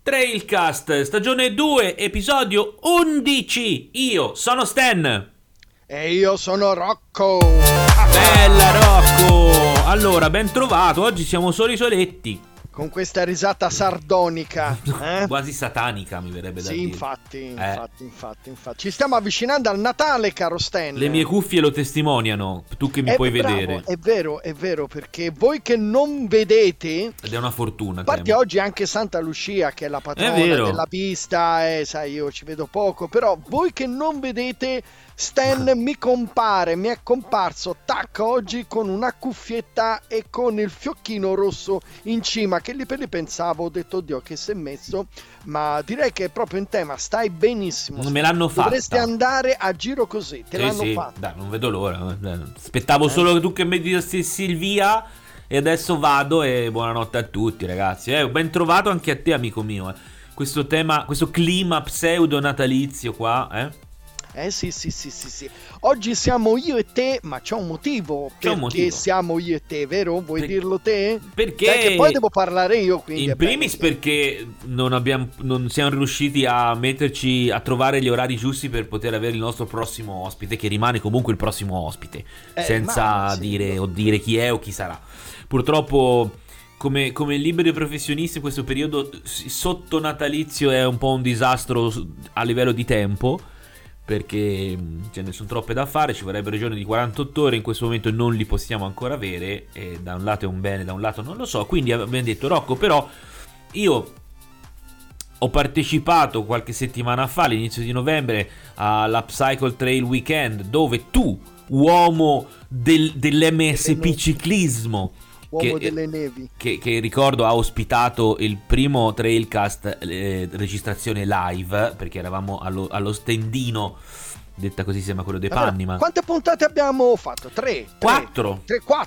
Trailcast, stagione 2, episodio 11. Io sono Stan. E io sono Rocco. Bella Rocco. Allora, ben trovato. Oggi siamo soletti. Con questa risata sardonica, Quasi satanica, mi verrebbe da sì, dire. infatti. Ci stiamo avvicinando al Natale, caro Stan. Le mie cuffie lo testimoniano, tu che mi puoi bravo, vedere. È vero, perché voi che non vedete, ed è una fortuna. a parte oggi anche Santa Lucia, che è la patrona della pista, sai, io ci vedo poco, però voi che non vedete, Stan mi è comparso oggi con una cuffietta e con il fiocchino rosso in cima, che lì per lì pensavo, ho detto oddio che si è messo, ma direi che è proprio in tema, stai benissimo. Me l'hanno fatta. Dovresti andare a giro così, l'hanno fatta. Dai, non vedo l'ora. Aspettavo solo che tu che mi dicessi il via e adesso vado e buonanotte a tutti ragazzi. Ben trovato anche a te amico mio. Questo tema, questo clima pseudo natalizio qua, Sì. Oggi siamo io e te, ma c'è un motivo perché siamo io e te, vero? Vuoi dirlo te? Perché? Che poi devo parlare io, quindi. In primis perché non siamo riusciti a metterci a trovare gli orari giusti per poter avere il nostro prossimo ospite, che rimane comunque il prossimo ospite, senza dire chi è o chi sarà. Purtroppo come liberi professionisti in questo periodo sotto natalizio è un po' un disastro a livello di tempo, perché ce ne sono troppe da fare, ci vorrebbero giorni di 48 ore, in questo momento non li possiamo ancora avere, e da un lato è un bene, da un lato non lo so, quindi abbiamo detto Rocco, però io ho partecipato qualche settimana fa, all'inizio di novembre, alla Upcycle Trail Weekend, dove tu, uomo dell'MSP ciclismo, uomo delle nevi, che ricordo ha ospitato il primo Trailcast registrazione live, perché eravamo allo stendino, detta così sembra quello dei panni, ma quante puntate abbiamo fatto? 4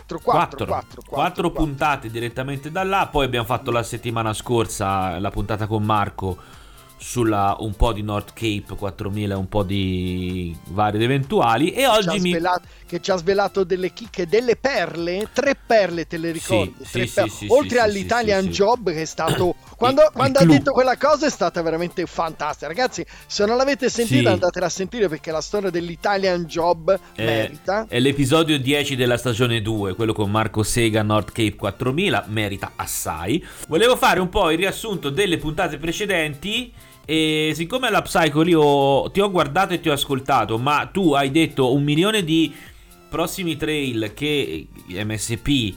4 puntate direttamente da là. Poi abbiamo fatto la settimana scorsa la puntata con Marco sulla un po' di North Cape 4000, un po' di vari ed eventuali, e oggi che ci ha svelato delle chicche, delle perle, 3 perle, te le ricordi? Sì, oltre all'Italian Job, che è stato quando ha detto quella cosa è stata veramente fantastica, ragazzi. Se non l'avete sentita andatela a sentire, perché la storia dell'Italian Job merita. È l'episodio 10 della stagione 2, quello con Marco Sega, North Cape 4000, merita assai. Volevo fare un po' il riassunto delle puntate precedenti, e siccome all'Upcycle io ti ho guardato e ti ho ascoltato, ma tu hai detto 1 milione di prossimi trail che MSP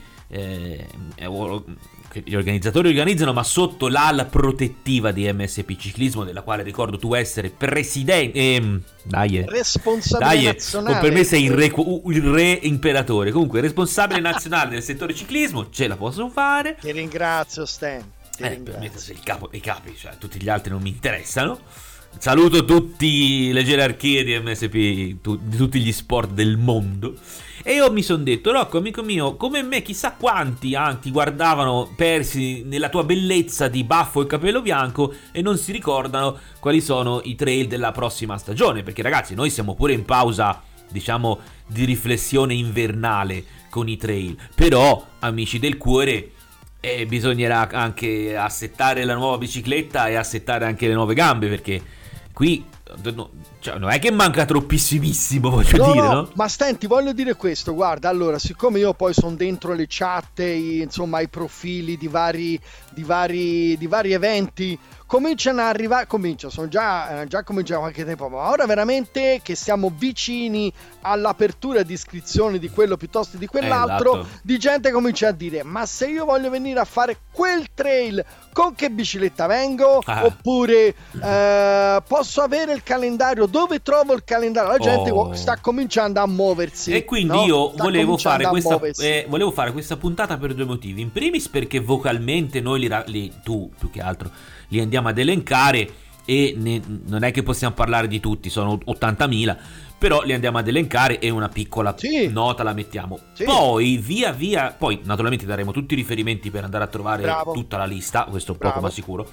che gli organizzatori organizzano, ma sotto l'ala protettiva di MSP Ciclismo, della quale ricordo tu essere presidente, responsabile nazionale. Per me sei il re imperatore, comunque responsabile nazionale del settore ciclismo. Ce la posso fare. Ti ringrazio Stan. Per me sei il capo dei capi, cioè tutti gli altri non mi interessano. Saluto tutte le gerarchie di MSP, di tutti gli sport del mondo. E io mi sono detto, Rocco, amico mio, come me, chissà quanti anche guardavano persi nella tua bellezza di baffo e capello bianco e non si ricordano quali sono i trail della prossima stagione. Perché ragazzi, noi siamo pure in pausa, diciamo, di riflessione invernale con i trail. Però, amici del cuore, bisognerà anche assettare la nuova bicicletta e assettare anche le nuove gambe, perché qui non è che manca troppissimissimo, voglio dire, no? Ma senti, voglio dire questo, guarda, allora, siccome io poi sono dentro le chat, insomma, i profili di vari eventi, cominciano a arrivare, sono già cominciato qualche tempo, ma ora veramente che siamo vicini all'apertura di iscrizioni di quello piuttosto di quell'altro, di gente comincia a dire, ma se io voglio venire a fare quel trail, con che bicicletta vengo? Oppure posso avere il calendario? Dove trovo il calendario? La gente sta cominciando a muoversi, e quindi io volevo fare questa puntata per 2 motivi. In primis perché vocalmente noi tu più che altro li andiamo ad elencare, e non è che possiamo parlare di tutti, sono 80.000, però li andiamo ad elencare e una piccola nota la mettiamo. Poi via via, poi naturalmente daremo tutti i riferimenti per andare a trovare tutta la lista, questo poco ma sicuro.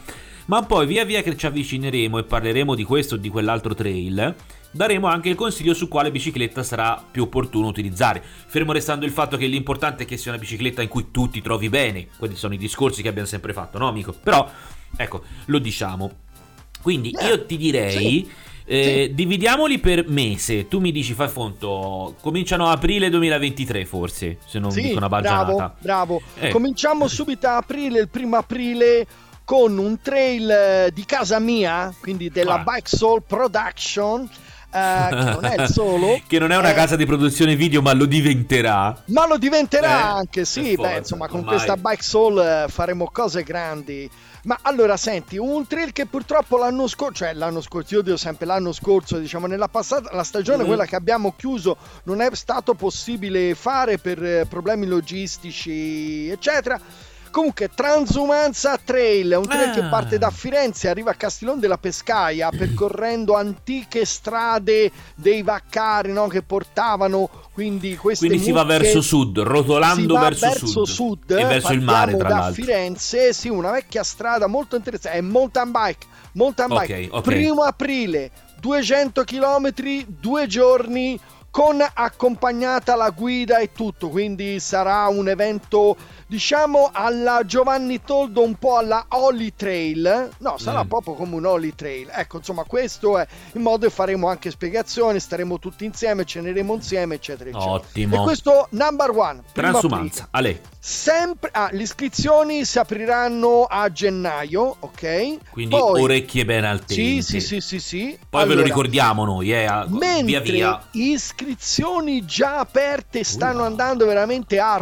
ma poi via via che ci avvicineremo e parleremo di questo o di quell'altro trail, daremo anche il consiglio su quale bicicletta sarà più opportuno utilizzare, fermo restando il fatto che l'importante è che sia una bicicletta in cui tu ti trovi bene. Quelli sono i discorsi che abbiamo sempre fatto, no amico? Però ecco, lo diciamo. Quindi io ti direi dividiamoli per mese. Tu mi dici, fai conto, cominciano a aprile 2023 forse, se non dico una baggianata. Bravo. Cominciamo subito a aprile, il 1 aprile, con un trail di casa mia, quindi della Bike Soul Production, che non è il solo, che non è una casa di produzione video, ma lo diventerà. Ma lo diventerà anche, sì. Forza, insomma, con questa Bike Soul faremo cose grandi. Ma allora, senti, un trail che purtroppo l'anno scorso, io dico sempre l'anno scorso, diciamo nella passata, la stagione quella che abbiamo chiuso, non è stato possibile fare per problemi logistici, eccetera. Comunque, Transumanza Trail è un trail che parte da Firenze, arriva a Castiglione della Pescaia, percorrendo antiche strade dei vaccari, no, che portavano quindi queste si va verso sud, rotolando verso sud e verso il mare, tra l'altro. Da Firenze, sì, una vecchia strada molto interessante, è mountain bike. Okay. 1 aprile, 200 km, 2 giorni, con accompagnata la guida e tutto, quindi sarà un evento, diciamo, alla Giovanni Toldo, un po' alla Holy Trail. No, sarà proprio come un Holy Trail. Ecco, insomma, questo è il modo, e faremo anche spiegazioni, staremo tutti insieme, ceneremo insieme, eccetera, eccetera. Ottimo. E questo number one. Transumanza, Ale. Sempre le iscrizioni si apriranno a gennaio, ok? Quindi poi, orecchie ben alterne. Sì. Poi allora, ve lo ricordiamo noi, mentre via. Iscrizioni già aperte stanno andando veramente a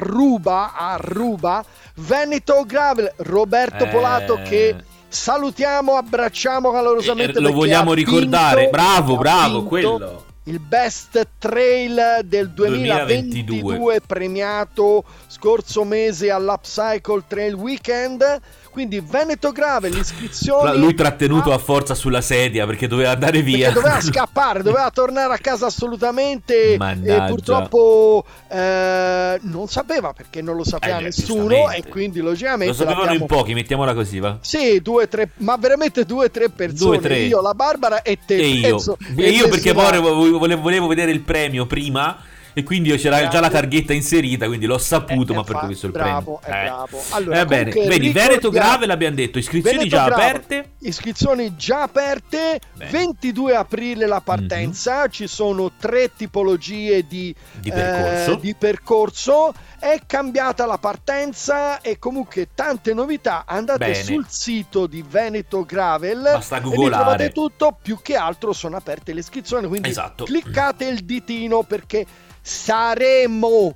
ruba. Veneto Gravel, Roberto Polato, che salutiamo, abbracciamo calorosamente. Lo vogliamo ricordare, bravo, quello. Il best trail del 2022 premiato scorso mese all'Upcycle Trail Weekend. Quindi Veneto Gravel, iscrizioni. Lui trattenuto a forza sulla sedia perché doveva andare via. Perché doveva scappare, doveva tornare a casa assolutamente. Mannaggia. E purtroppo non sapeva, perché non lo sapeva nessuno, e quindi logicamente lo sapevano in pochi, mettiamola così, va? Sì, 2-3, ma veramente 2-3 persone. 2-3. Io, la Barbara e te. E io perché poi volevo vedere il premio prima, e quindi c'era già la targhetta inserita, quindi l'ho saputo, ma perché ho visto il premio. Bravo. Allora, bene, vedi, Veneto Gravel l'abbiamo detto, iscrizioni già aperte. Iscrizioni già aperte. Bene. 22 aprile la partenza, ci sono 3 tipologie di percorso. È cambiata la partenza e comunque tante novità. Andate sul sito di Veneto Gravel, basta googolare, e trovate tutto. Più che altro sono aperte le iscrizioni, quindi cliccate il ditino, perché saremo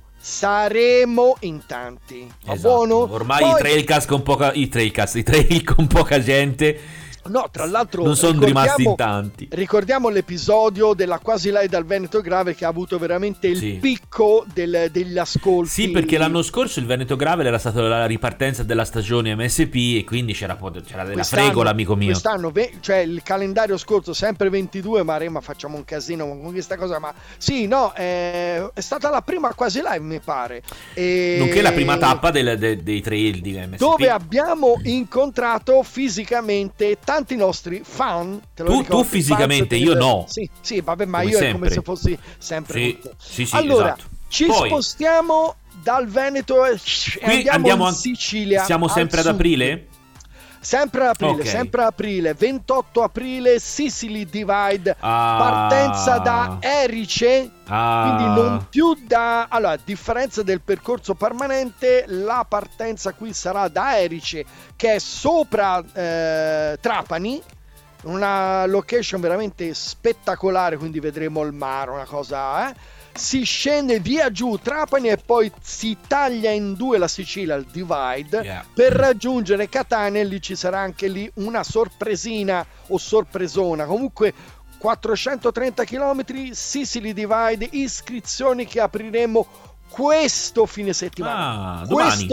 in tanti. Buono? Ormai poi, i trail con poca gente. No, tra l'altro non sono rimasti in tanti. Ricordiamo l'episodio della Quasi Live dal Veneto Gravel, che ha avuto veramente il picco degli ascolti. Sì, perché l'anno scorso il Veneto Gravel era stata la ripartenza della stagione MSP, e quindi c'era della fregola, amico mio. Quest'anno, cioè il calendario scorso sempre 22, ma facciamo un casino con questa cosa. Ma sì, no, è stata la prima Quasi Live, mi pare. Nonché la prima tappa dei trail di MSP, dove abbiamo incontrato fisicamente tanti nostri fan. Tu fisicamente, io no. Sì, vabbè, ma come io sempre. è come se fossi sempre. Sì, allora, esatto. Ci spostiamo dal Veneto e andiamo in Sicilia. Siamo sempre ad aprile? Sempre aprile, 28 aprile, Sicily Divide, partenza da Erice, quindi non più allora, a differenza del percorso permanente, la partenza qui sarà da Erice, che è sopra Trapani, una location veramente spettacolare, quindi vedremo il mare, una cosa, si scende via giù Trapani e poi si taglia in due la Sicilia, il divide, per raggiungere Catania, e lì ci sarà anche lì una sorpresina o sorpresona. Comunque 430 km, Sicily Divide, iscrizioni che apriremo questo fine settimana. Domani.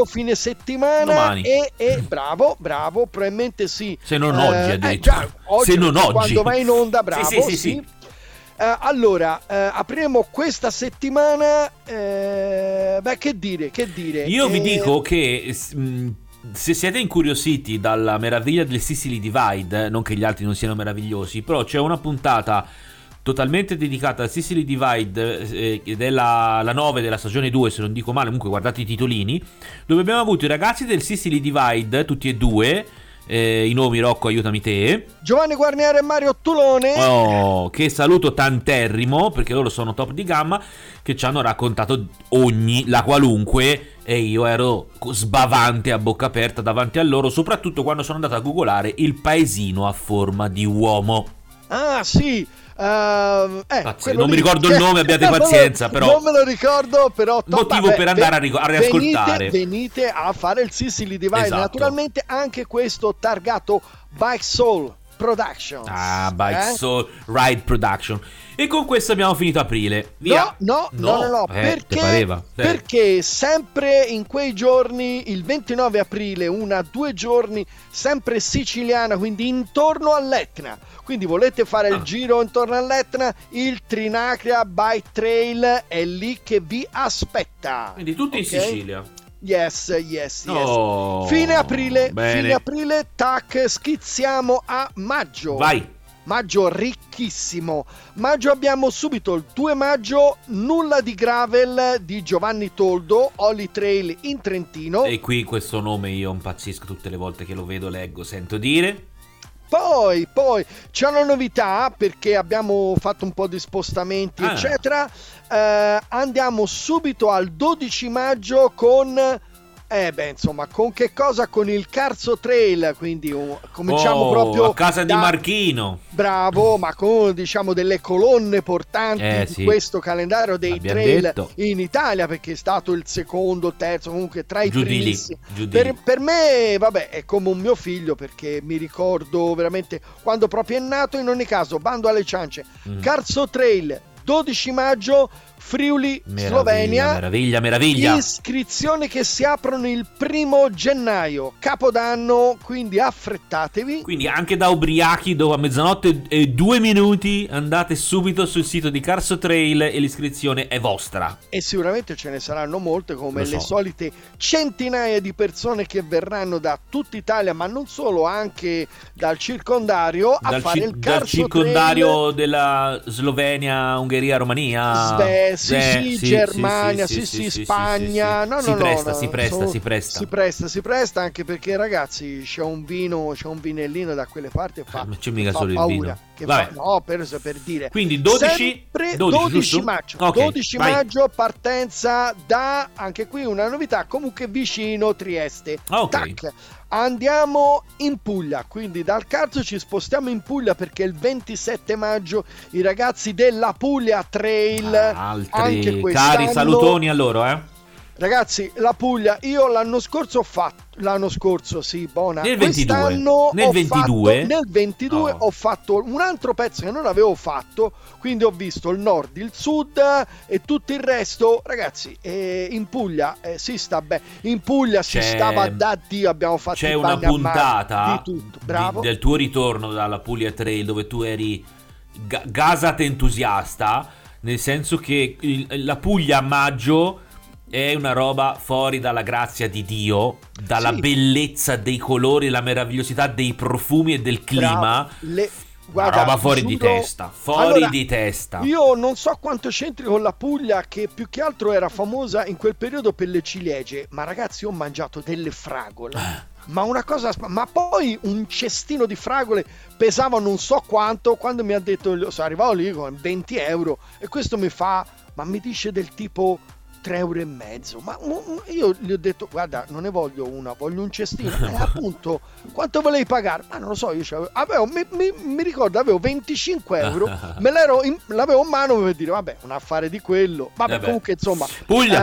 E bravo, probabilmente sì. Se non oggi addirittura. Oggi, se non oggi. Quando vai in onda, bravo. Sì. Allora, apriremo questa settimana. Che dire? Io vi dico che se siete incuriositi dalla meraviglia del Sicily Divide, non che gli altri non siano meravigliosi, però c'è una puntata totalmente dedicata al Sicily Divide ed è la 9 della stagione 2, se non dico male, comunque guardate i titolini, dove abbiamo avuto i ragazzi del Sicily Divide, tutti e due, i nomi, Rocco aiutami te, Giovanni Guarnieri e Mario Tulone, che saluto tanterrimo perché loro sono top di gamma, che ci hanno raccontato la qualunque, e io ero sbavante a bocca aperta davanti a loro, soprattutto quando sono andato a googolare il paesino a forma di uomo. Ah sì, non mi ricordo il nome, abbiate pazienza, però non me lo ricordo, però motivo per andare a riascoltare. Venite a fare il Sicily Divide, esatto. Naturalmente anche questo targato Bike Soul Production. Bike Soul Ride Production. E con questo abbiamo finito aprile. Via. No, perché sempre in quei giorni, il 29 aprile, 2 giorni, sempre siciliana, quindi intorno all'Etna. Quindi volete fare il giro intorno all'Etna, il Trinacria Bike Trail è lì che vi aspetta. Quindi tutti in Sicilia. Yes. Fine aprile, tac, schizziamo a maggio. Vai. Maggio ricchissimo. Maggio abbiamo subito il 2 maggio Nulla di Gravel di Giovanni Toldo, Holy Trail in Trentino. E qui questo nome io impazzisco tutte le volte che lo vedo, leggo, sento dire. Poi c'è una novità perché abbiamo fatto un po' di spostamenti eccetera. Andiamo subito al 12 maggio con con che cosa? Con il Carso Trail, quindi cominciamo proprio a casa di Marchino. Bravo, ma con delle colonne portanti di questo calendario dei trail in Italia, perché è stato il secondo, terzo, comunque tra i primissimi. Per me, è come un mio figlio, perché mi ricordo veramente quando proprio è nato. In ogni caso, bando alle ciance. Carso Trail, 12 maggio, Friuli, Slovenia. Meraviglia. Iscrizioni che si aprono il 1 gennaio, Capodanno, quindi affrettatevi. Quindi anche da ubriachi, dopo a mezzanotte e 2 minuti, andate subito sul sito di Carso Trail e l'iscrizione è vostra. E sicuramente ce ne saranno molte, come le solite centinaia di persone che verranno da tutta Italia, ma non solo, anche dal circondario a fare il Carso Trail. Dal circondario della Slovenia, Ungheria, Romania. Sì, Germania, Spagna. Si presta, anche perché, ragazzi, c'è un vinellino da quelle parti e fa, c'è mica solo paura. Il vino. Per dire. Quindi 12 maggio. 12 maggio, partenza da, anche qui una novità, comunque vicino Trieste. Tac. Andiamo in Puglia, quindi dal Carso ci spostiamo in Puglia, perché il 27 maggio i ragazzi della Puglia Trail, anche quest'anno, cari salutoni a loro, Ragazzi, la Puglia, io l'anno scorso ho fatto, nel 22 ho fatto un altro pezzo che non avevo fatto, quindi ho visto il nord, il sud e tutto il resto. Ragazzi, in Puglia si sta bene, in Puglia si stava da Dio, abbiamo fatto c'è una puntata di tutto. Bravo. Del tuo ritorno dalla Puglia Trail, dove tu eri gasate entusiasta, nel senso che la Puglia a maggio è una roba fuori dalla grazia di Dio, dalla bellezza dei colori, la meravigliosità dei profumi e del clima. Guarda, roba fuori di testa, di testa. Io non so quanto c'entri con la Puglia, che più che altro era famosa in quel periodo per le ciliegie, ma ragazzi, ho mangiato delle fragole. Ma una cosa, ma poi un cestino di fragole pesava non so quanto. Quando mi ha detto, arrivavo lì con 20 euro e questo mi dice del tipo 3,5 euro, ma io gli ho detto: guarda, non ne voglio una, voglio un cestino. Appunto, quanto volevi pagare? Ma non lo so, io mi ricordo avevo 25 euro, l'avevo in mano per dire vabbè, un affare di quello. Comunque insomma, Puglia,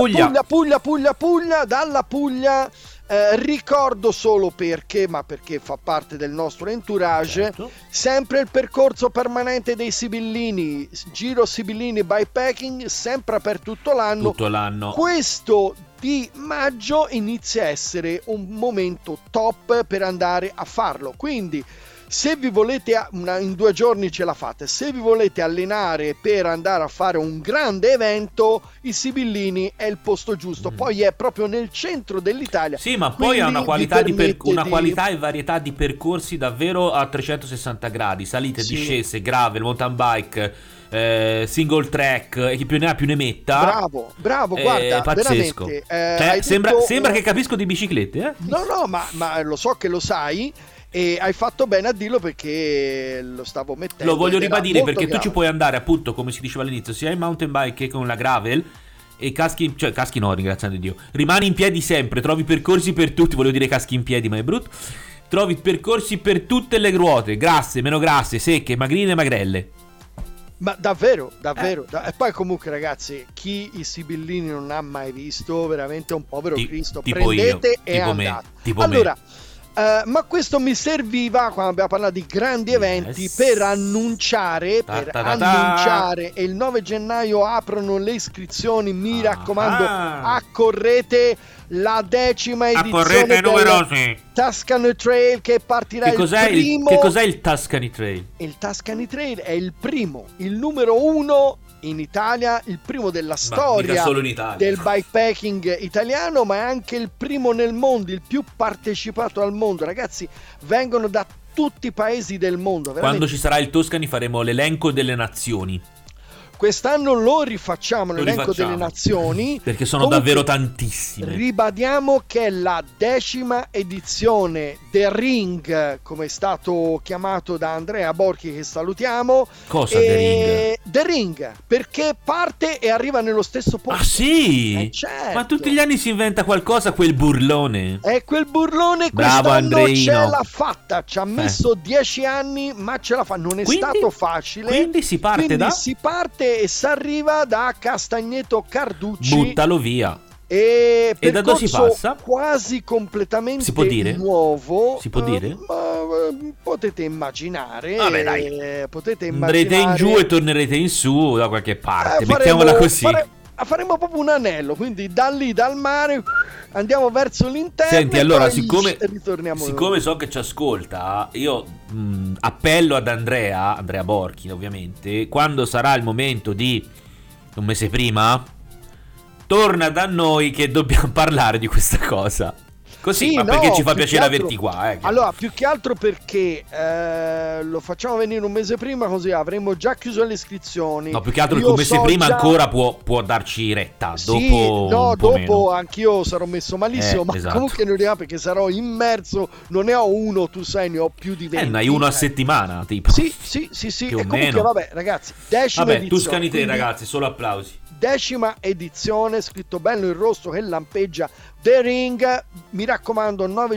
dalla Puglia. Ricordo solo perché fa parte del nostro entourage, sempre il percorso permanente dei Sibillini, Giro Sibillini Bikepacking, sempre aperto tutto l'anno. Tutto l'anno. Questo di maggio inizia a essere un momento top per andare a farlo. Quindi se vi volete, in 2 giorni ce la fate. Se vi volete allenare per andare a fare un grande evento, i Sibillini è il posto giusto. Poi è proprio nel centro dell'Italia. Sì, ma poi ha una qualità, una qualità e varietà di percorsi davvero a 360 gradi. Salite, sì, discese, gravel, mountain bike, single track, e chi più ne ha più ne metta. Bravo, guarda, pazzesco. Veramente, sembra che capisco di biciclette, eh? No, ma lo so che lo sai. E hai fatto bene a dirlo, perché lo stavo mettendo. Lo voglio ribadire, perché tu ci puoi andare, appunto, come si diceva all'inizio, sia in mountain bike che con la gravel. E caschi no, ringraziando Dio. Rimani in piedi sempre, trovi percorsi per tutti. Volevo dire caschi in piedi, ma è brutto. Trovi percorsi per tutte le ruote, grasse, meno grasse, secche, magrine e magrelle. Ma davvero. E poi comunque, ragazzi, chi i Sibillini non ha mai visto, veramente è un povero Cristo. Prendete e andate. Allora, ma questo mi serviva quando abbiamo parlato di grandi eventi, per annunciare, e il 9 gennaio aprono le iscrizioni. Mi raccomando, accorrete, la 10ª edizione del Tuscany Trail, che partirà il primo. Che cos'è il Tuscany Trail? Il Tuscany Trail è il primo, il numero 1 in Italia, il primo della storia del bikepacking italiano, ma è anche il primo nel mondo, il più partecipato al mondo. Ragazzi, vengono da tutti i paesi del mondo. Veramente. Quando ci sarà il Tuscany faremo l'elenco delle nazioni. Quest'anno lo rifacciamo, l'elenco delle nazioni, perché sono davvero tantissime. Ribadiamo che è la 10ª edizione The Ring, come è stato chiamato da Andrea Borchi, che salutiamo. Cosa The Ring? The Ring, perché parte e arriva nello stesso posto. Ah sì? Certo. Ma tutti gli anni si inventa qualcosa, quel burlone. E quel burlone bravo, quest'anno Andreino. Ce l'ha fatta, ci ha messo 10 anni, ma ce la fa. Non è stato facile. Quindi si parte e si arriva da Castagneto Carducci. Buttalo via. E da dove si passa? Quasi completamente si può dire? Nuovo. Si può dire? Potete immaginare. Vabbè, dai. Andrete in giù e tornerete in su da qualche parte. Mettiamola così. Faremo proprio un anello, quindi da lì, dal mare, andiamo verso l'interno. Senti, allora, siccome so che ci ascolta, io appello ad Andrea Borchi, ovviamente, quando sarà il momento di un mese prima, torna da noi che dobbiamo parlare di questa cosa. Così, sì, ma perché ci fa piacere averti qua. Allora, più che altro perché lo facciamo venire un mese prima, così avremo già chiuso le iscrizioni. No, più che altro che un mese prima ancora può darci retta. Sì, dopo anch'io sarò messo malissimo, ma esatto. Comunque non arriva, perché sarò immerso. Non ne ho uno, tu sai, ne ho più di 20. Ne hai uno a settimana, tipo. Sì. E comunque, meno. Vabbè, ragazzi, 10ª edizione. Tuscany Trail, ragazzi, solo applausi. 10ª edizione, scritto bello in rosso che lampeggia, The Ring. Mi raccomando, 9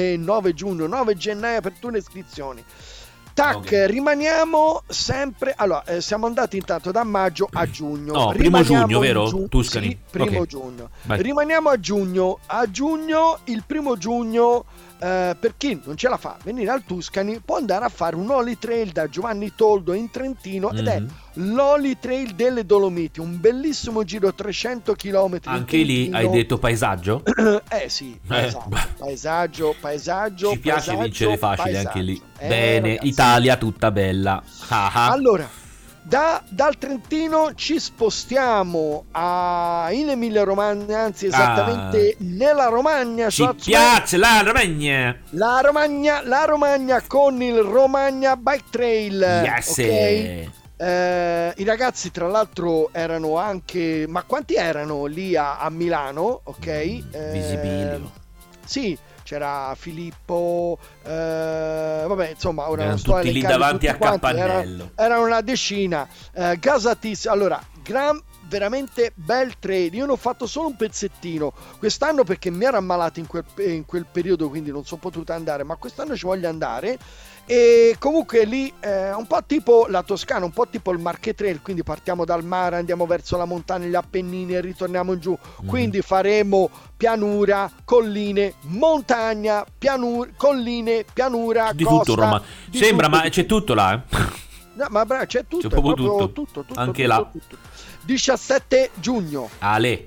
gennaio apertura iscrizioni. Okay. Rimaniamo sempre. Allora, siamo andati intanto da maggio a giugno. No, primo giugno, vero? Tuscany. Sì, primo giugno. Vai. Rimaniamo a giugno. Il primo giugno, per chi non ce la fa venire al Tuscany, può andare a fare un Holy Trail da Giovanni Toldo in Trentino, ed è l'Holy Trail delle Dolomiti, un bellissimo giro 300 km. Anche lì hai detto paesaggio? Sì, paesaggio. Ci piace vincere facile anche lì. Bene, ragazzi. Italia tutta bella. Allora, dal Trentino ci spostiamo in Emilia Romagna, anzi esattamente nella Romagna. Ci piace la Romagna. La Romagna con il Romagna Bike Trail. Yes. Okay? I ragazzi, tra l'altro, erano anche, ma quanti erano lì a Milano? Ok, visibili. Sì, c'era Filippo, vabbè, insomma, ora erano tutti lì davanti a Capannello. Erano una decina, gasatissimi. Allora, veramente bel trail. Io ne ho fatto solo un pezzettino quest'anno perché mi ero ammalato in quel periodo, quindi non sono potuto andare, ma quest'anno ci voglio andare. E comunque lì un po' tipo la Toscana, un po' tipo il Marche Trail, quindi partiamo dal mare, andiamo verso la montagna, gli Appennini e ritorniamo in giù. Quindi faremo pianura, colline, montagna, colline, pianura, di costa, tutto, Roma. Sembra, ma c'è tutto là, No, ma c'è tutto, c'è proprio tutto. Anche là. Tutto. 17 giugno. Ale.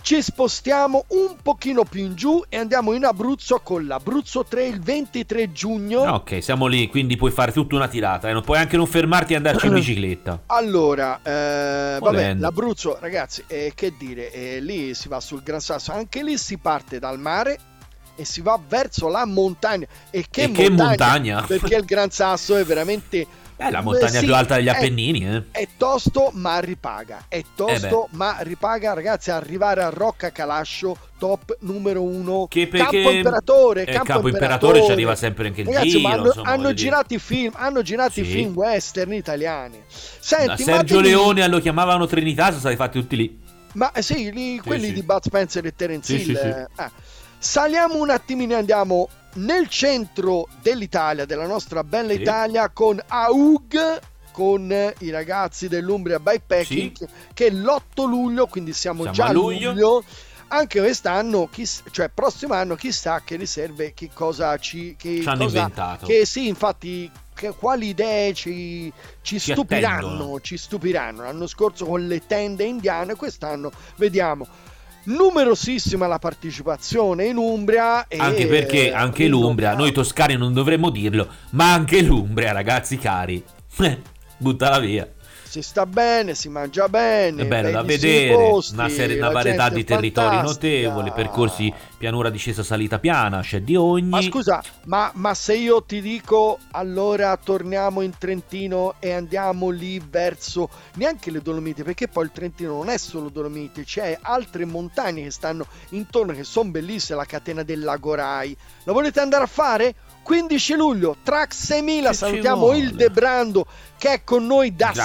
ci spostiamo un pochino più in giù e andiamo in Abruzzo con l'Abruzzo Trail 23 giugno. Ok, siamo lì, quindi puoi fare tutta una tirata, non puoi anche non fermarti e andarci in bicicletta. Allora, vabbè, l'Abruzzo, ragazzi, che dire, lì si va sul Gran Sasso, anche lì si parte dal mare e si va verso la montagna. E che montagna? Perché il Gran Sasso è veramente... È la montagna più alta degli Appennini. È tosto ma ripaga. Ma ripaga, ragazzi. Arrivare a Rocca Calascio, top numero 1. Campo Imperatore. Campo Imperatore ci arriva sempre anche il ragazzi, giro. Hanno girato i film. I film western italiani. Senti, Sergio Leone lo chiamavano Trinità, sono stati fatti tutti lì. Ma quelli di Bud Spencer e Terence Hill. Saliamo un attimino e andiamo nel centro dell'Italia, della nostra bella Italia, con AUG, con i ragazzi dell'Umbria Bikepacking, che è l'8 luglio, quindi siamo già a luglio. Anche quest'anno, prossimo anno, chissà che riserve, che cosa ci hanno inventato. Che sì, infatti, quali idee ci stupiranno. L'anno scorso con le tende indiane, quest'anno vediamo. Numerosissima la partecipazione in Umbria, anche perché anche l'Umbria, noi toscani non dovremmo dirlo, ma anche l'Umbria, ragazzi cari, buttala via. Si sta bene, si mangia bene, è bello da vedere, posti, una varietà di territori notevoli, percorsi pianura, discesa, salita piana, c'è di ogni. Ma scusa, ma se io ti dico allora torniamo in Trentino e andiamo lì verso neanche le Dolomiti, perché poi il Trentino non è solo Dolomiti, c'è altre montagne che stanno intorno che sono bellissime, la catena del Lagorai. La volete andare a fare? 15 luglio, Track 6000, salutiamo il Debrando che è con noi da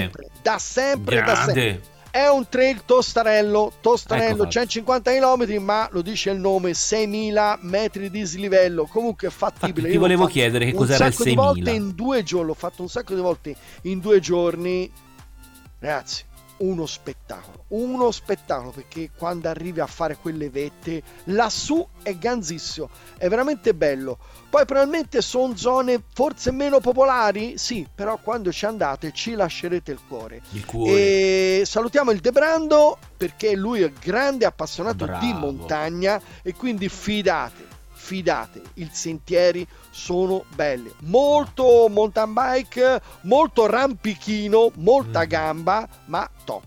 sempre. È un trail tostarello, 150 km, ma lo dice il nome, 6.000 metri di dislivello, comunque è fattibile. Ti volevo chiedere che cos'era il 6.000. L'ho fatto un sacco di volte in 2 giorni, ragazzi. Uno spettacolo, perché quando arrivi a fare quelle vette lassù è ganzissimo, è veramente bello. Poi probabilmente sono zone forse meno popolari, sì, però quando ci andate ci lascerete il cuore. E salutiamo il Debrando perché lui è grande appassionato di montagna e quindi fidate, i sentieri sono belli, molto mountain bike, molto rampichino, molta gamba, ma top.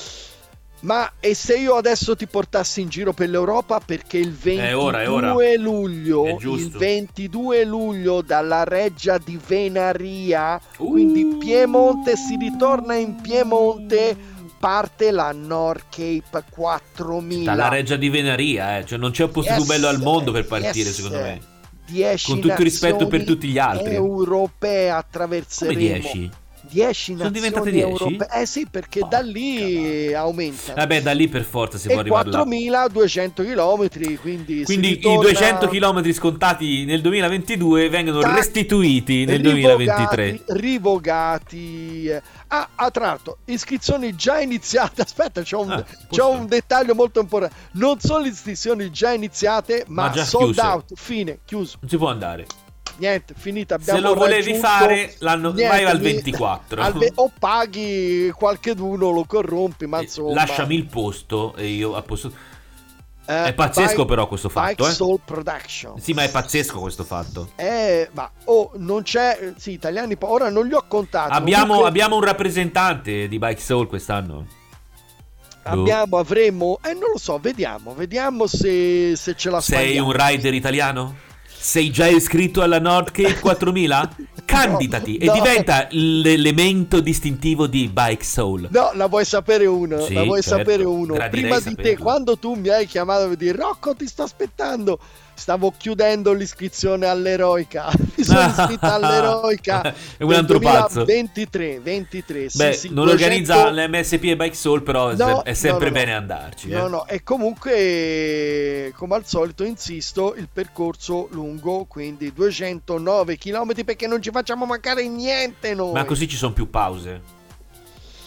Ma e se io adesso ti portassi in giro per l'Europa, perché il 22 luglio dalla Reggia di Venaria, quindi Piemonte, si ritorna in Piemonte, parte la North Cape 4000 dalla Reggia di Venaria, cioè non c'è un posto più bello al mondo per partire, secondo me. 10 con tutto il rispetto per tutti gli altri europee attraverseremo. Come 10? 10 sono diventate 10? Europee. Sì, perché da lì aumenta. Vabbè, da lì per forza si può arrivare là. 4.200 km, quindi i 200 km scontati nel 2022 vengono restituiti nel 2023. Rivogati. Tra l'altro, iscrizioni già iniziate. Aspetta, c'ho un dettaglio molto importante. Non sono le iscrizioni già iniziate, ma già sold chiuse. out, fine, chiuso. Non si può andare. Niente, finita. Abbiamo se lo volevi fare, vai al 24. O paghi qualcheduno, lo corrompi, ma insomma. Lasciami il posto e io a posto. È pazzesco però questo fatto. Bike Soul Production. Sì, ma è pazzesco questo fatto. Non c'è. Sì, italiani. Ora non li ho contati. Abbiamo un rappresentante di Bike Soul quest'anno. Avremo. Non lo so, vediamo se ce la spagniamo. Sei un rider italiano? Sei già iscritto alla North Cape 4000? Candidati e diventa l'elemento distintivo di Bike Soul. No, la vuoi sapere uno? Sì, la vuoi sapere uno? Prima di saperlo. te, quando tu mi hai chiamato per dire Rocco, ti sto aspettando, stavo chiudendo l'iscrizione all'Eroica. Mi sono iscritto all'Eroica. È un altro pazzo. 23. Beh, sì, non 200... organizza l'MSP e Bike Soul, però è sempre bene andarci. No, e comunque, come al solito, insisto, il percorso lungo, quindi 209 km, perché non ci facciamo mancare niente noi. Ma così ci sono più pause.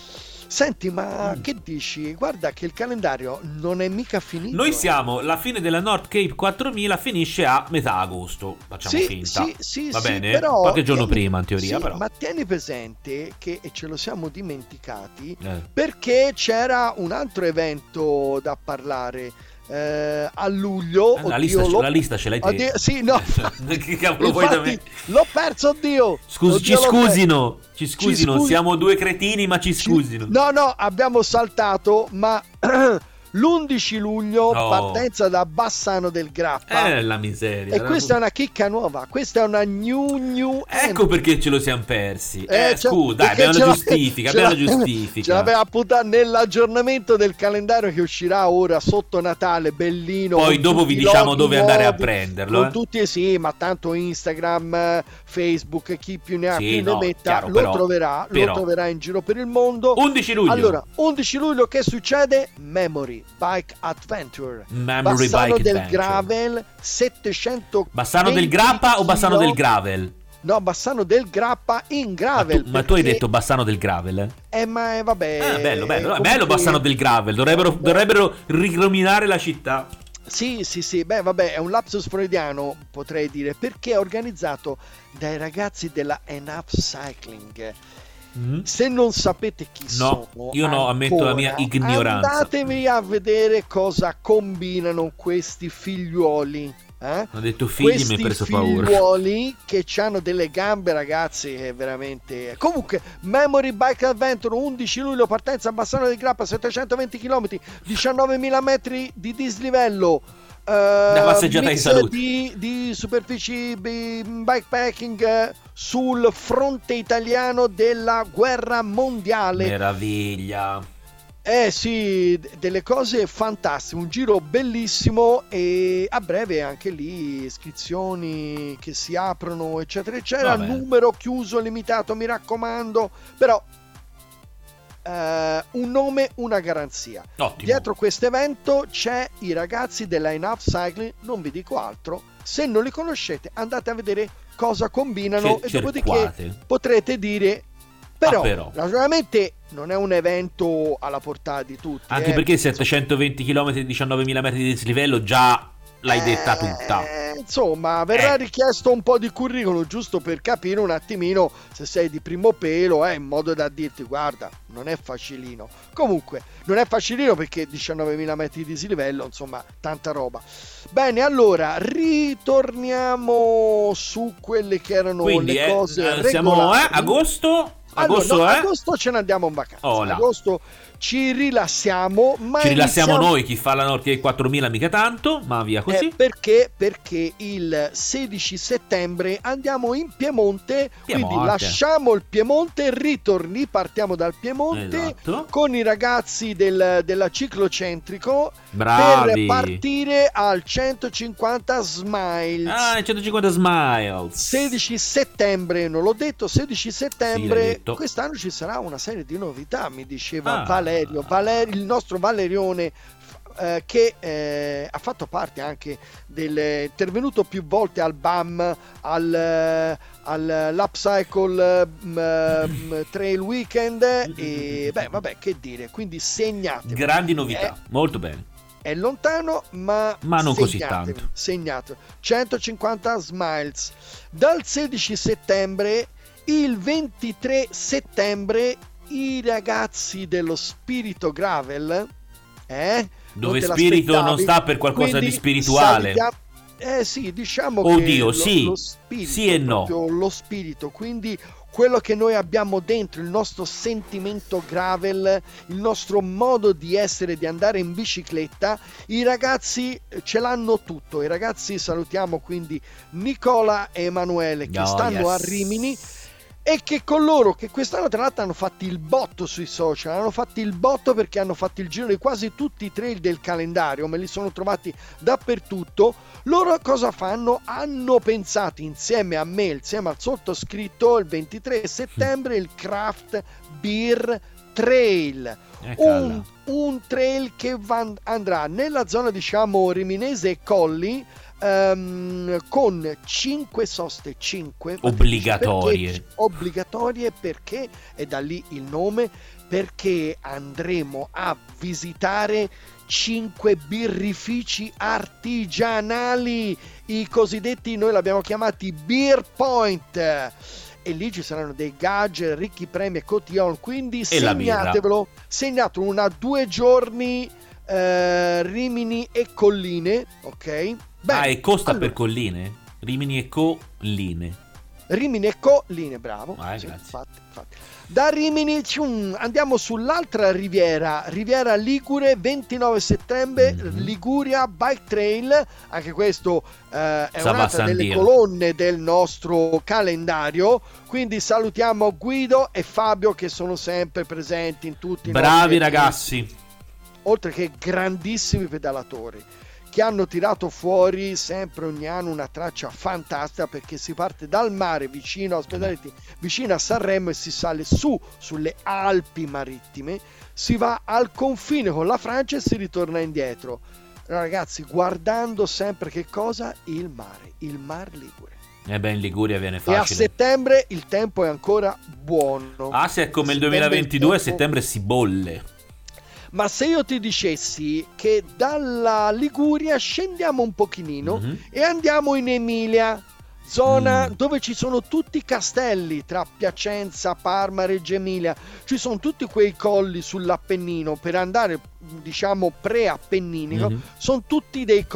Senti, ma che dici? Guarda che il calendario non è mica finito. Noi siamo, la fine della North Cape 4000 finisce a metà agosto, facciamo finta. Sì, va bene? Però, qualche giorno prima in teoria, però. Ma tieni presente che ce lo siamo dimenticati perché c'era un altro evento da parlare. A luglio la lista ce l'hai te. Sì, no. Che cavolo vuoi da me? L'ho perso, oddio. Ci scusino, siamo due cretini, ma ci scusino. No, abbiamo saltato, ma l'11 luglio partenza da Bassano del Grappa. La miseria. E questa è una chicca nuova, questa è una new ecco perché ce lo siamo persi. Scusa, dai, abbiamo la giustifica. Ce l'aveva appunto nell'aggiornamento del calendario che uscirà ora sotto Natale, bellino. Poi dopo vi diciamo dove andare a prenderlo. Con tutti, sì, ma tanto Instagram, Facebook, chi più ne ha più ne metta, lo troverà in giro per il mondo. 11 luglio. Allora, 11 luglio che succede? Memory Bike Adventure. Bassano del Gravel, 700. Bassano del Grappa o Bassano del Gravel? No, Bassano del Grappa in gravel. Ma tu hai detto Bassano del Gravel? Ma vabbè. Bello Bassano del Gravel. Dovrebbero rinominare la città. Sì, beh, vabbè, è un lapsus freudiano, potrei dire, perché è organizzato dai ragazzi della Enough Cycling. Se non sapete chi sono, io ammetto la mia ignoranza. Andatevi a vedere cosa combinano questi figliuoli. Ho detto figli, mi hai preso paura. Figliuoli che hanno delle gambe, ragazzi, che veramente. Comunque, Memory Bike Adventure, 11 luglio, partenza a Bassano del Grappa, 720 km, 19.000 metri di dislivello. Una passeggiata in salute di superfici bikepacking sul fronte italiano della guerra mondiale. Meraviglia. Sì, delle cose fantastiche, un giro bellissimo e a breve anche lì iscrizioni che si aprono eccetera eccetera. Numero chiuso, limitato, mi raccomando, però un nome, una garanzia. Ottimo. Dietro questo evento c'è i ragazzi della Enough Cycling, non vi dico altro, se non li conoscete andate a vedere cosa combinano e dopodiché potrete dire però naturalmente non è un evento alla portata di tutti, anche perché 720 km e 19.000 metri di dislivello già l'hai detta tutta. Insomma, verrà richiesto un po' di curriculum giusto per capire un attimino se sei di primo pelo, in modo da dirti guarda, non è facilino. Comunque, non è facilino perché 19.000 metri di dislivello, insomma, tanta roba. Bene, allora, ritorniamo su quelle che erano le cose regolari. Siamo agosto. Agosto ce ne andiamo in vacanza. Agosto ci rilassiamo, ma ci rilassiamo noi, chi fa la North Cape 4000 mica tanto, ma via così. Perché il 16 settembre andiamo in Piemonte, quindi lasciamo il Piemonte, partiamo dal Piemonte con i ragazzi della Ciclocentrico. Bravi. Per partire al 150 Smiles. 150 Smiles. 16 settembre, non l'ho detto, 16 settembre. Sì, quest'anno ci sarà una serie di novità, mi diceva Valerio, il nostro Valerione, che ha fatto parte anche intervenuto più volte al BAM, all'Upcycle Trail Weekend e che dire, quindi segnatevi. Grandi novità, molto bene. È lontano, ma non così tanto. Segnato 150 Smiles dal 16 settembre. Il 23 settembre i ragazzi dello Spirito Gravel, dove spirito non sta per qualcosa di spirituale. Sì, diciamo Oddio, che lo spirito, sì e no. Lo spirito, quindi quello che noi abbiamo dentro, il nostro sentimento gravel, il nostro modo di essere, di andare in bicicletta, i ragazzi ce l'hanno tutto. I ragazzi, salutiamo quindi Nicola e Emanuele che stanno a Rimini e che con loro, che quest'anno tra l'altro hanno fatto il botto sui social, hanno fatto il botto perché hanno fatto il giro di quasi tutti i trail del calendario, me li sono trovati dappertutto. Loro cosa fanno? Hanno pensato insieme a me, insieme al sottoscritto, il 23 settembre il Craft Beer Trail, un trail che andrà nella zona, diciamo, riminese e Colli, con 5 soste, 5 obbligatorie perché è da lì il nome, perché andremo a visitare 5 birrifici artigianali, i cosiddetti, noi l'abbiamo chiamati Beer Point, e lì ci saranno dei gadget, ricchi premi e cotillon, quindi segnatevelo, una 2 giorni Rimini e Colline, ok? Beh, e costa allora, per Colline? Rimini e Colline. Rimini e Colline, bravo. Sì, infatti. Da Rimini andiamo sull'altra riviera Ligure, 29 settembre, Liguria Bike Trail, anche questo è un'altra delle colonne del nostro calendario, quindi salutiamo Guido e Fabio che sono sempre presenti in tutti i bravi ragazzi, oltre che grandissimi pedalatori, che hanno tirato fuori sempre ogni anno una traccia fantastica, perché si parte dal mare vicino a Ospedaletti, vicino a Sanremo, e si sale sulle Alpi marittime, si va al confine con la Francia e si ritorna indietro. Ragazzi, guardando sempre che cosa? Il Mar Ligure. In Liguria viene facile. E a settembre il tempo è ancora buono. Se è come il 2022, a settembre si bolle. Ma se io ti dicessi che dalla Liguria scendiamo un pochino e andiamo in Emilia, zona dove ci sono tutti i castelli, tra Piacenza, Parma, Reggio Emilia, ci sono tutti quei colli sull'Appennino, per andare diciamo pre-appenninico, sono tutti dei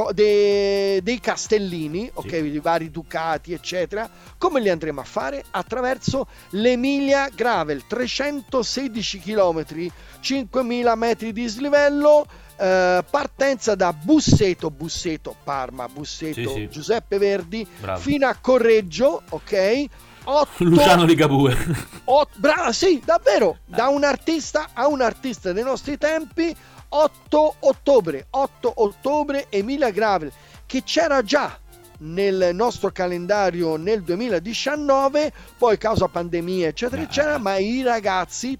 castellini, ok, i vari ducati eccetera. Come li andremo a fare? Attraverso l'Emilia Gravel, 316 km, 5.000 metri di slivello, partenza da Busseto, Parma, Busseto, Giuseppe Verdi, fino a Correggio, ok? Luciano Ligabue. Bravo, sì, davvero, da un artista a un artista dei nostri tempi. 8 ottobre, Emilia Gravel, che c'era già nel nostro calendario nel 2019, poi causa pandemia eccetera eccetera, ma i ragazzi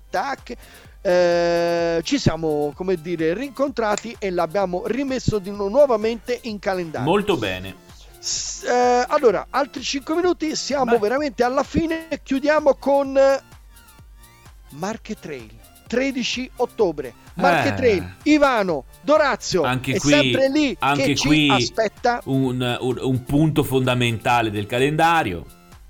ci siamo, come dire, rincontrati e l'abbiamo rimesso nuovamente in calendario. Molto bene. Allora, altri 5 minuti, siamo veramente alla fine. Chiudiamo con Marche Trail, 13 ottobre. Marche Trail, Ivano, Dorazio, anche è qui, sempre lì anche che qui ci aspetta. Un punto fondamentale del calendario.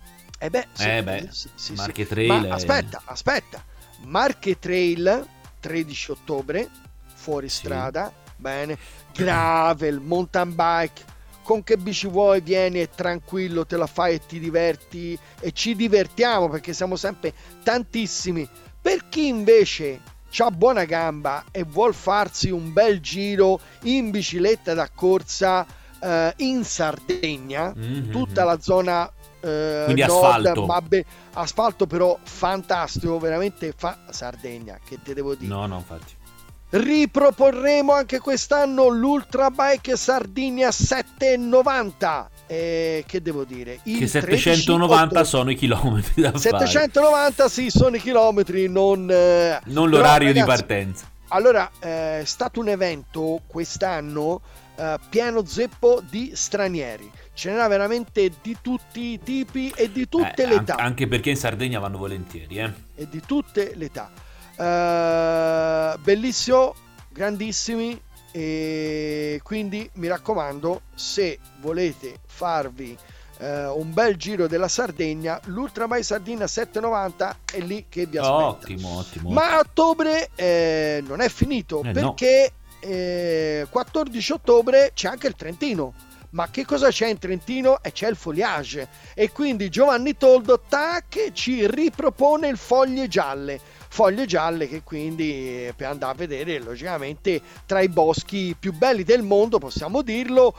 Sì. Marche Trail. Ma aspetta. Marche Trail, 13 ottobre, fuori strada, bene, gravel, mountain bike, con che bici vuoi vieni, è tranquillo, te la fai e ti diverti, e ci divertiamo perché siamo sempre tantissimi. Per chi invece c'ha buona gamba e vuol farsi un bel giro in bicicletta da corsa in Sardegna, tutta la zona quindi nord, asfalto però fantastico, veramente Sardegna, che te devo dire. No, infatti. Riproporremo anche quest'anno l'Ultra Bike Sardinia 790. Che devo dire? Che 790 sono i chilometri da 790 sì, sono i chilometri, non l'orario di partenza. Allora, è stato un evento quest'anno pieno zeppo di stranieri. Ce n'era veramente di tutti i tipi e di tutte le età. Anche perché in Sardegna vanno volentieri, E di tutte le età. Bellissimo, grandissimi, e quindi mi raccomando, se volete farvi un bel giro della Sardegna, l'Ultra Bike Sardinia 790 è lì che vi aspetta. Ottimo. Ma a ottobre non è finito, perché 14 ottobre c'è anche il Trentino. Ma che cosa c'è in Trentino? C'è il foliage, e quindi Giovanni Toldo ci ripropone il foglie gialle, che quindi per andare a vedere logicamente tra i boschi più belli del mondo, possiamo dirlo,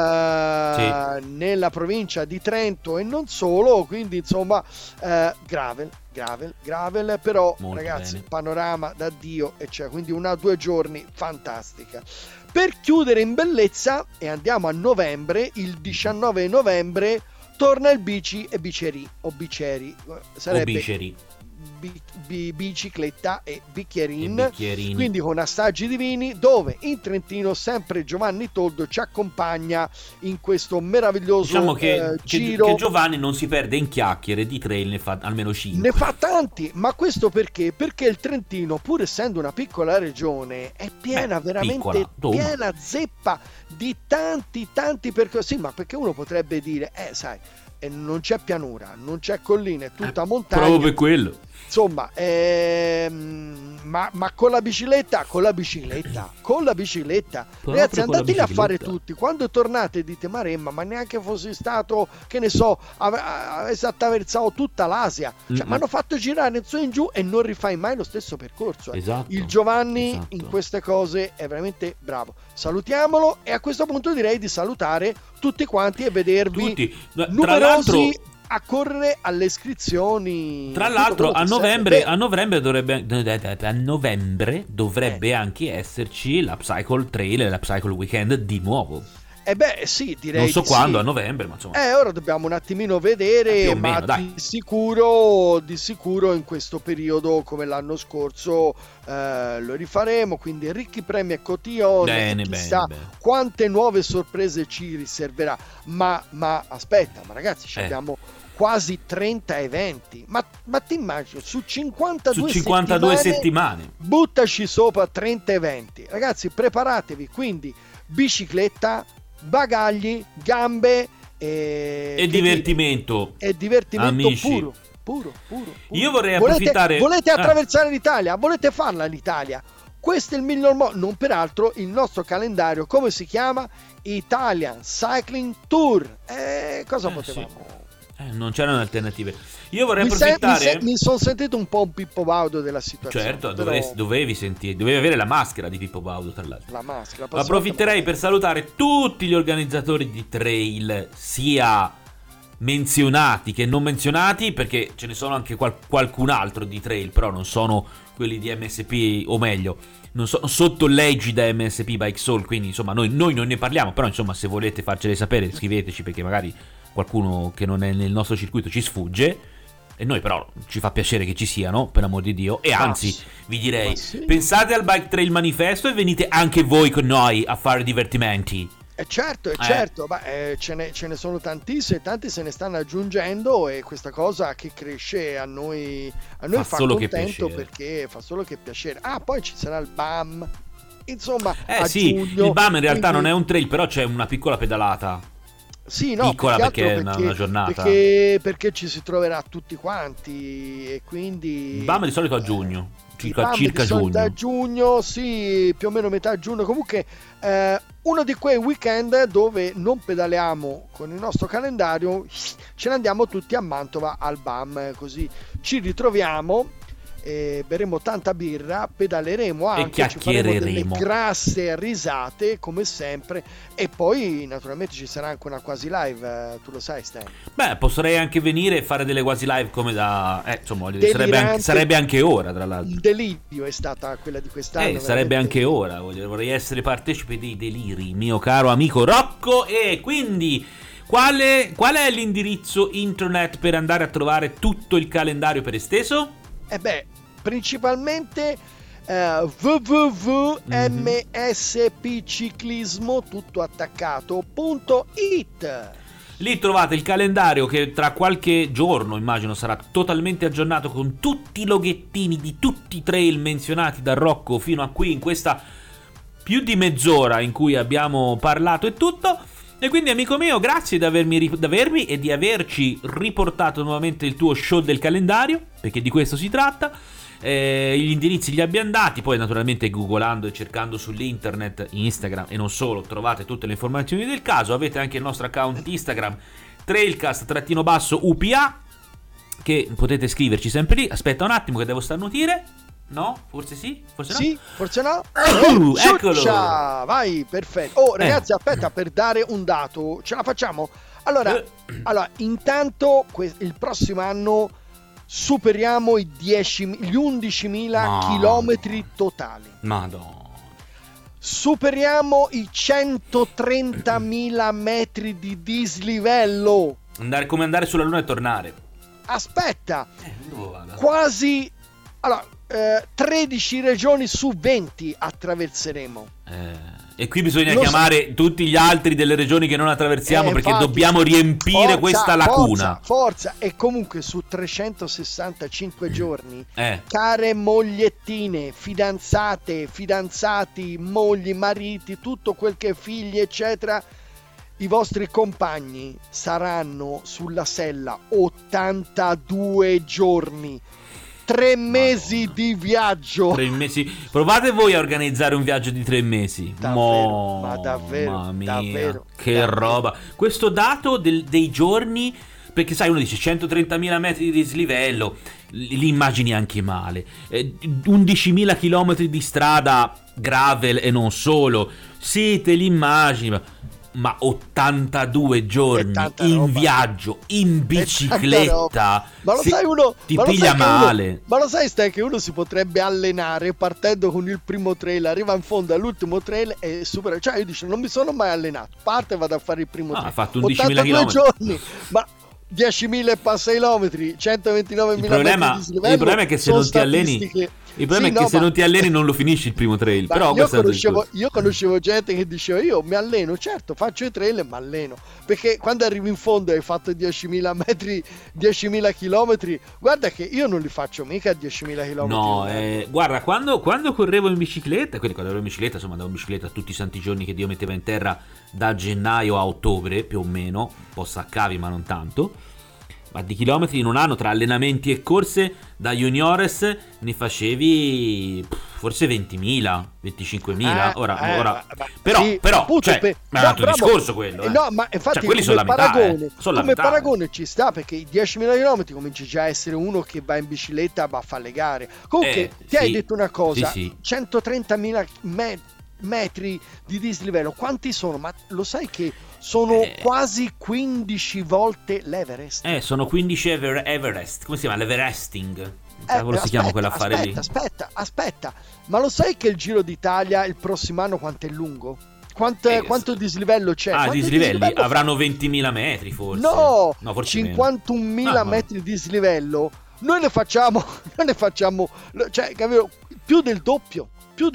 nella provincia di Trento e non solo, quindi insomma gravel, però molto ragazzi bene. Panorama da Dio, e c'è quindi 1 o 2 giorni fantastica. Per chiudere in bellezza, e andiamo a novembre, il 19 novembre torna il Bici e Biceri, o Biceri, sarebbe bicicletta e bicchierin, quindi con assaggi di vini, dove in Trentino sempre Giovanni Toldo ci accompagna in questo meraviglioso giro. Che Giovanni non si perde in chiacchiere, di trail ne fa almeno 5. Ne fa tanti, ma questo perché il Trentino, pur essendo una piccola regione, è piena, veramente piena zeppa di tanti percorsi. Sì, ma perché uno potrebbe dire, sai, non c'è pianura, non c'è collina, è tutta montagna. Proprio per quello. Insomma, ma con la bicicletta, ragazzi, andateli a fare tutti. Quando tornate dite, Maremma, ma neanche fossi stato, che ne so, avessi attraversato tutta l'Asia, cioè, mi hanno fatto girare in su e in giù e non rifai mai lo stesso percorso. Esatto, il Giovanni in queste cose è veramente bravo. Salutiamolo, e a questo punto direi di salutare tutti quanti e vedervi numerosi a correre alle iscrizioni. Tra l'altro a novembre dovrebbe anche esserci la Psycho Trail e la Psycho Weekend di nuovo. Sì, direi. Non so quando, sì. A novembre, ma insomma. Ora dobbiamo un attimino vedere, meno, di sicuro in questo periodo, come l'anno scorso, lo rifaremo, quindi ricchi premi e cotillon, chissà quante nuove sorprese ci riserverà. Ma aspetta, ma ragazzi, abbiamo quasi 30 eventi, ma ti immagini su 52 settimane buttaci sopra 30 eventi, ragazzi, preparatevi, quindi bicicletta, bagagli, gambe e divertimento, amici. Puro. Io vorrei approfittare. Volete attraversare l'Italia? Volete farla l'Italia? Questo è il miglior modo. Non peraltro il nostro calendario, come si chiama? Italian Cycling Tour. Cosa potevamo? Non c'erano alternative. Io vorrei approfittare. Mi sono sentito un po' un Pippo Baudo della situazione. Certo, dovevi avere la maschera di Pippo Baudo, tra l'altro. La maschera. Approfitterei per salutare tutti gli organizzatori di trail, sia menzionati che non menzionati, perché ce ne sono anche qualcun altro di trail, però non sono quelli di MSP, o meglio, non sono sotto l'egida MSP Bike Soul, quindi insomma noi non ne parliamo, però insomma se volete farcele sapere scriveteci, perché magari qualcuno che non è nel nostro circuito ci sfugge, e noi però ci fa piacere che ci siano, per amor di Dio, e anzi vi direi, pensate al Bike Trail Manifesto e venite anche voi con noi a fare divertimenti. Certo, ce ne sono tantissimi, tanti se ne stanno aggiungendo, e questa cosa che cresce a noi fa contento, perché fa solo che piacere. Poi ci sarà il BAM, insomma, giugno, il BAM in realtà non è un trail, però c'è una piccola pedalata. Sì, no, piccola perché è una giornata. Perché ci si troverà tutti quanti, e quindi il BAM di solito a giugno, circa giugno. A giugno, sì, più o meno metà giugno. Comunque uno di quei weekend dove non pedaliamo con il nostro calendario, ce ne andiamo tutti a Mantova al BAM, così ci ritroviamo, berremo tanta birra, pedaleremo anche, e chiacchiereremo, ci faremo delle grasse risate come sempre, e poi naturalmente ci sarà anche una quasi live, tu lo sai, Stan. Potrei anche venire e fare delle quasi live come da insomma, sarebbe anche ora, tra l'altro. Il delirio è stata quella di quest'anno, sarebbe anche ora, vorrei essere partecipe dei deliri, mio caro amico Rocco. E quindi qual è l'indirizzo internet per andare a trovare tutto il calendario per esteso? Principalmente www.mspciclismo tutto attaccato.it. Lì trovate il calendario, che tra qualche giorno immagino sarà totalmente aggiornato, con tutti i loghettini di tutti i trail menzionati da Rocco fino a qui, in questa più di mezz'ora in cui abbiamo parlato e tutto. E quindi, amico mio, grazie di avermi e di averci riportato nuovamente il tuo show del calendario, perché di questo si tratta. Gli indirizzi li abbiamo dati, poi naturalmente googolando e cercando sull'internet, Instagram e non solo, trovate tutte le informazioni del caso. Avete anche il nostro account Instagram, trailcast_UPA, che potete scriverci sempre lì. Aspetta un attimo che devo starnutire. No? Forse sì? Forse no? Sì, forse no? Eccolo! Vai, perfetto. Ragazzi, aspetta, per dare un dato, ce la facciamo? Allora intanto il prossimo anno superiamo gli 11.000 chilometri totali. Madonna. Superiamo i 130.000 metri di dislivello. Come andare sulla Luna e tornare. aspetta, quasi, allora, 13 regioni su 20 attraverseremo. E qui bisogna chiamare tutti gli altri delle regioni che non attraversiamo, perché infatti, dobbiamo riempire questa lacuna. Forza, e comunque su 365 giorni, care mogliettine, fidanzate, fidanzati, mogli, mariti, tutto quel che è figli, eccetera, i vostri compagni saranno sulla sella 82 giorni. 3 mesi Madonna. Di viaggio. 3 mesi. Provate voi a organizzare un viaggio di 3 mesi. Davvero, ma davvero, mamma mia, davvero, che davvero. roba. Questo dato dei giorni, perché sai, uno dice 130.000 metri di dislivello, li immagini anche male. 11.000 chilometri di strada gravel e non solo. Sì, te li immagini, ma 82 giorni in viaggio, in bicicletta, ma lo sai uno ti piglia male. Ma lo sai, Stai, che uno si potrebbe allenare partendo con il primo trail, arriva in fondo all'ultimo trail e supera. Cioè io dico, non mi sono mai allenato, parte e vado a fare il primo trail. Ha fatto 11.000 km giorni, ma 10.000 e passa chilometri, 129.000 metri di dislivello. Il problema è che se non ti alleni, il problema è che se non ti alleni non lo finisci il primo trail. Però io conoscevo gente che diceva, io mi alleno, certo, faccio i trail e mi alleno, perché quando arrivi in fondo e hai fatto 10.000 metri, 10.000 chilometri, guarda che io non li faccio mica a 10.000 chilometri. No, guarda, quando correvo in bicicletta, quindi quando ero in bicicletta, insomma andavo in bicicletta tutti i santi giorni che Dio metteva in terra, da gennaio a ottobre più o meno, un po' staccavi ma non tanto. Ma di chilometri in un anno tra allenamenti e corse da juniores ne facevi forse 20.000, 25.000. Ora però appunto, cioè, è un altro discorso quello. No, ma infatti, cioè, quelli sono la metà, come paragone ci sta, perché i 10.000 km cominci già a essere uno che va in bicicletta, va a fare le gare. Comunque hai detto una cosa, 130.000 metri di dislivello, quanti sono? Ma lo sai che sono quasi 15 volte l'Everest? Sono 15 Everest. Come si chiama? L'Everesting. Come si chiama quell'affare lì? Aspetta. Ma lo sai che il Giro d'Italia il prossimo anno quanto è lungo? Quanto dislivello c'è? Dislivelli? Avranno 20.000 metri forse. No, forse 51.000 metri di dislivello. Noi ne facciamo, cioè, capito? Più del doppio.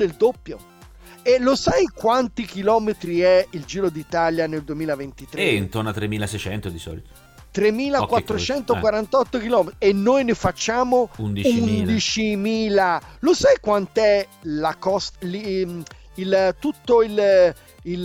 E lo sai quanti chilometri è il Giro d'Italia nel 2023? Intorno a 3.600 di solito. 3.448 km e noi ne facciamo 11.000. Lo sai quant'è la costa, tutto il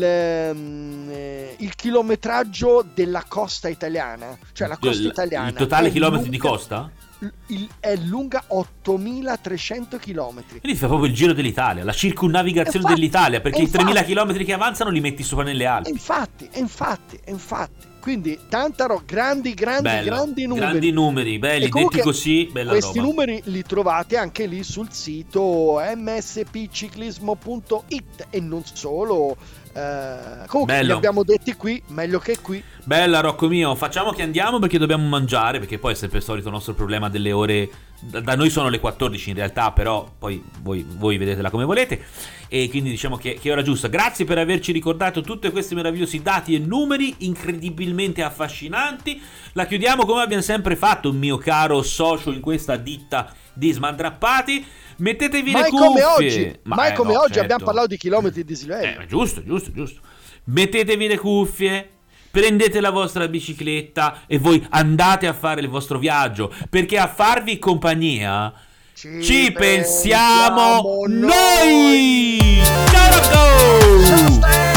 chilometraggio della costa italiana? Cioè la costa italiana. Il totale chilometri di costa? È lunga 8.300 km. Quindi fa proprio il giro dell'Italia, la circunnavigazione dell'Italia, perché i 3.000 km che avanzano li metti sopra nelle Alpi. Infatti. Quindi grandi numeri, belli, detti così, bella questi roba. Numeri li trovate anche lì sul sito mspciclismo.it e non solo. Comunque li abbiamo detti qui, meglio che qui. Bella Rocco mio, facciamo che andiamo perché dobbiamo mangiare, perché poi è sempre il solito nostro problema delle ore. Da noi sono le 14 in realtà, però poi voi vedetela come volete. E quindi diciamo che è ora giusta. Grazie per averci ricordato tutti questi meravigliosi dati e numeri incredibilmente affascinanti. La chiudiamo come abbiamo sempre fatto, mio caro socio in questa ditta di Smandrappati. Mettetevi le cuffie. Mai come oggi abbiamo parlato di chilometri di dislivello. Giusto. Mettetevi le cuffie, prendete la vostra bicicletta e voi andate a fare il vostro viaggio, perché a farvi compagnia ci pensiamo noi. Ciao Rocco!